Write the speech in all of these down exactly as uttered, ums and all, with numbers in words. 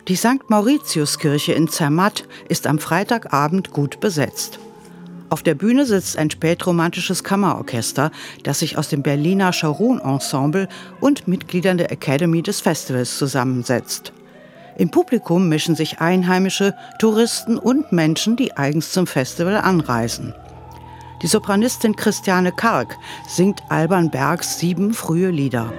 Die Sankt Mauritiuskirche in Zermatt ist am Freitagabend gut besetzt. Auf der Bühne sitzt ein spätromantisches Kammerorchester, das sich aus dem Berliner Scharoun Ensemble und Mitgliedern der Academy des Festivals zusammensetzt. Im Publikum mischen sich Einheimische, Touristen und Menschen, die eigens zum Festival anreisen. Die Sopranistin Christiane Karg singt Alban Bergs sieben frühe Lieder.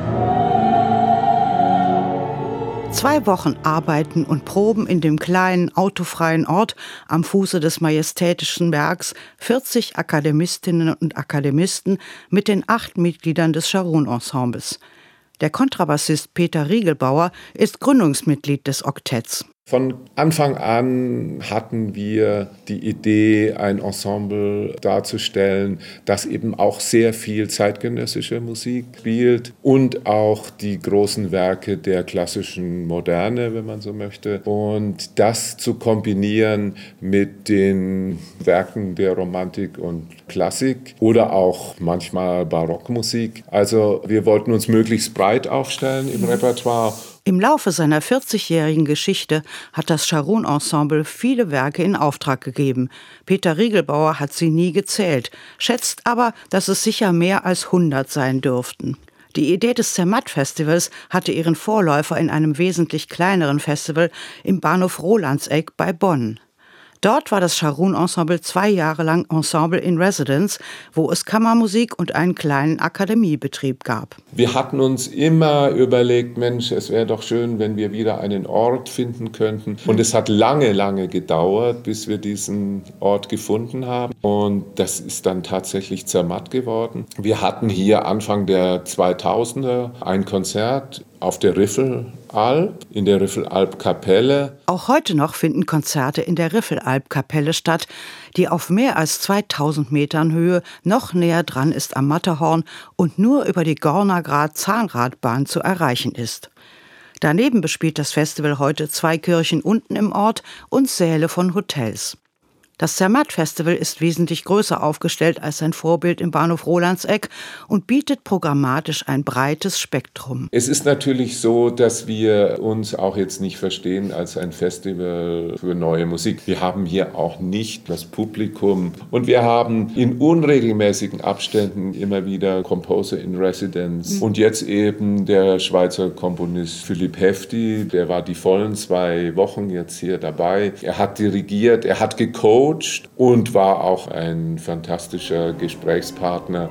Zwei Wochen Arbeiten und Proben in dem kleinen, autofreien Ort am Fuße des majestätischen Bergs, vierzig Akademistinnen und Akademisten mit den acht Mitgliedern des Scharoun-Ensembles. Der Kontrabassist Peter Riegelbauer ist Gründungsmitglied des Oktetts. Von Anfang an hatten wir die Idee, ein Ensemble darzustellen, das eben auch sehr viel zeitgenössische Musik spielt und auch die großen Werke der klassischen Moderne, wenn man so möchte. Und das zu kombinieren mit den Werken der Romantik und Klassik oder auch manchmal Barockmusik. Also wir wollten uns möglichst breit aufstellen im Repertoire. Im Laufe seiner vierzigjährigen Geschichte hat das Scharoun-Ensemble viele Werke in Auftrag gegeben. Peter Riegelbauer hat sie nie gezählt, schätzt aber, dass es sicher mehr als hundert sein dürften. Die Idee des Zermatt-Festivals hatte ihren Vorläufer in einem wesentlich kleineren Festival im Bahnhof Rolandseck bei Bonn. Dort war das Scharoun-Ensemble zwei Jahre lang Ensemble in Residence, wo es Kammermusik und einen kleinen Akademiebetrieb gab. Wir hatten uns immer überlegt, Mensch, es wäre doch schön, wenn wir wieder einen Ort finden könnten. Und es hat lange, lange gedauert, bis wir diesen Ort gefunden haben. Und das ist dann tatsächlich Zermatt geworden. Wir hatten hier Anfang der zweitausender ein Konzert auf der Riffelalp, in der Riffelalp-Kapelle. Auch heute noch finden Konzerte in der Riffelalp-Kapelle statt, die auf mehr als zweitausend Metern Höhe noch näher dran ist am Matterhorn und nur über die Gornergrat-Zahnradbahn zu erreichen ist. Daneben bespielt das Festival heute zwei Kirchen unten im Ort und Säle von Hotels. Das Zermatt-Festival ist wesentlich größer aufgestellt als sein Vorbild im Bahnhof Rolandseck und bietet programmatisch ein breites Spektrum. Es ist natürlich so, dass wir uns auch jetzt nicht verstehen als ein Festival für neue Musik. Wir haben hier auch nicht das Publikum und wir haben in unregelmäßigen Abständen immer wieder Composer in Residence. Mhm. Und jetzt eben der Schweizer Komponist Philipp Hefti, der war die vollen zwei Wochen jetzt hier dabei. Er hat dirigiert, er hat gecoacht und war auch ein fantastischer Gesprächspartner.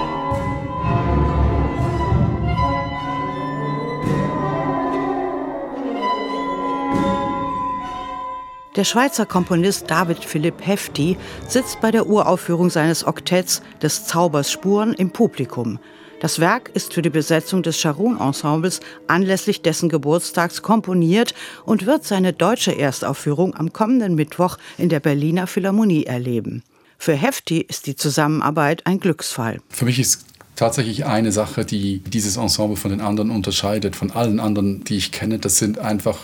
Der Schweizer Komponist David Philipp Hefti sitzt bei der Uraufführung seines Oktetts des Zaubers Spuren im Publikum. Das Werk ist für die Besetzung des Scharoun-Ensembles anlässlich dessen Geburtstags komponiert und wird seine deutsche Erstaufführung am kommenden Mittwoch in der Berliner Philharmonie erleben. Für Hefti ist die Zusammenarbeit ein Glücksfall. Für mich ist tatsächlich eine Sache, die dieses Ensemble von den anderen unterscheidet, von allen anderen, die ich kenne. Das sind einfach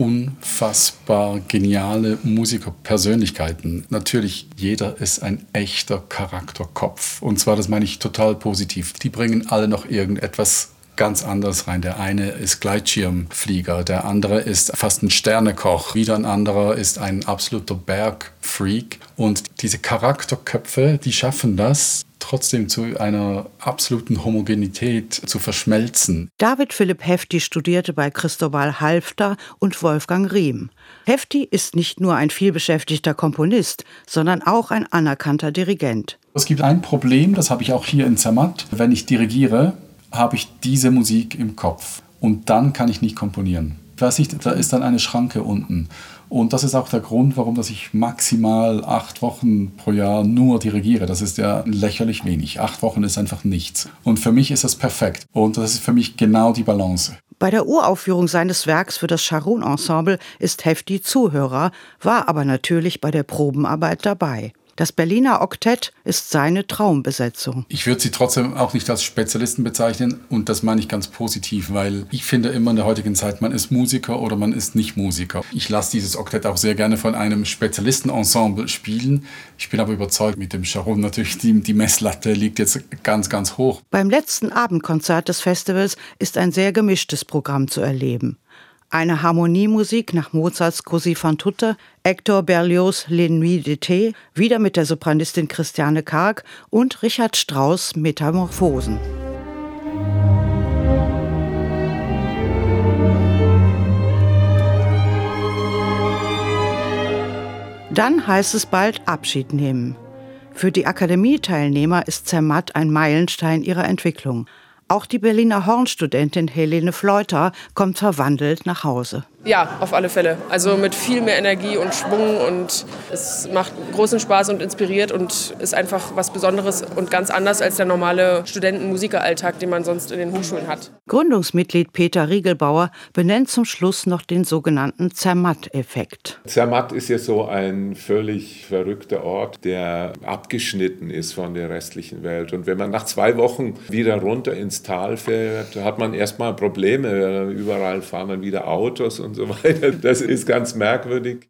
unfassbar geniale Musikerpersönlichkeiten. Natürlich, jeder ist ein echter Charakterkopf. Und zwar, das meine ich total positiv. Die bringen alle noch irgendetwas ganz anderes rein. Der eine ist Gleitschirmflieger, der andere ist fast ein Sternekoch, wieder ein anderer ist ein absoluter Bergfreak. Und diese Charakterköpfe, die schaffen das, trotzdem zu einer absoluten Homogenität zu verschmelzen. David Philipp Hefti studierte bei Christobal Halfter und Wolfgang Riem. Hefti ist nicht nur ein vielbeschäftigter Komponist, sondern auch ein anerkannter Dirigent. Es gibt ein Problem, das habe ich auch hier in Zermatt. Wenn ich dirigiere, habe ich diese Musik im Kopf und dann kann ich nicht komponieren. Ich weiß nicht, da ist dann eine Schranke unten. Und das ist auch der Grund, warum dass ich maximal acht Wochen pro Jahr nur dirigiere. Das ist ja lächerlich wenig. Acht Wochen ist einfach nichts. Und für mich ist das perfekt. Und das ist für mich genau die Balance. Bei der Uraufführung seines Werks für das Scharoun-Ensemble ist Hefti Zuhörer, war aber natürlich bei der Probenarbeit dabei. Das Berliner Oktett ist seine Traumbesetzung. Ich würde sie trotzdem auch nicht als Spezialisten bezeichnen und das meine ich ganz positiv, weil ich finde immer in der heutigen Zeit, man ist Musiker oder man ist nicht Musiker. Ich lasse dieses Oktett auch sehr gerne von einem Spezialistenensemble spielen. Ich bin aber überzeugt, mit dem Scharoun natürlich, die, die Messlatte liegt jetzt ganz, ganz hoch. Beim letzten Abendkonzert des Festivals ist ein sehr gemischtes Programm zu erleben. Eine Harmoniemusik nach Mozarts Così fan tutte, Hector Berlioz' Les Nuits d'été, wieder mit der Sopranistin Christiane Karg und Richard Strauss' Metamorphosen. Dann heißt es bald Abschied nehmen. Für die Akademieteilnehmer ist Zermatt ein Meilenstein ihrer Entwicklung. Auch die Berliner Hornstudentin Helene Fleuter kommt verwandelt nach Hause. Ja, auf alle Fälle. Also mit viel mehr Energie und Schwung und es macht großen Spaß und inspiriert und ist einfach was Besonderes und ganz anders als der normale Studenten-Musikeralltag, den man sonst in den Hochschulen hat. Gründungsmitglied Peter Riegelbauer benennt zum Schluss noch den sogenannten Zermatt-Effekt. Zermatt ist ja so ein völlig verrückter Ort, der abgeschnitten ist von der restlichen Welt. Und wenn man nach zwei Wochen wieder runter ins Tal fährt, hat man erstmal Probleme. Überall fahren dann wieder Autos und so weiter. Das ist ganz merkwürdig.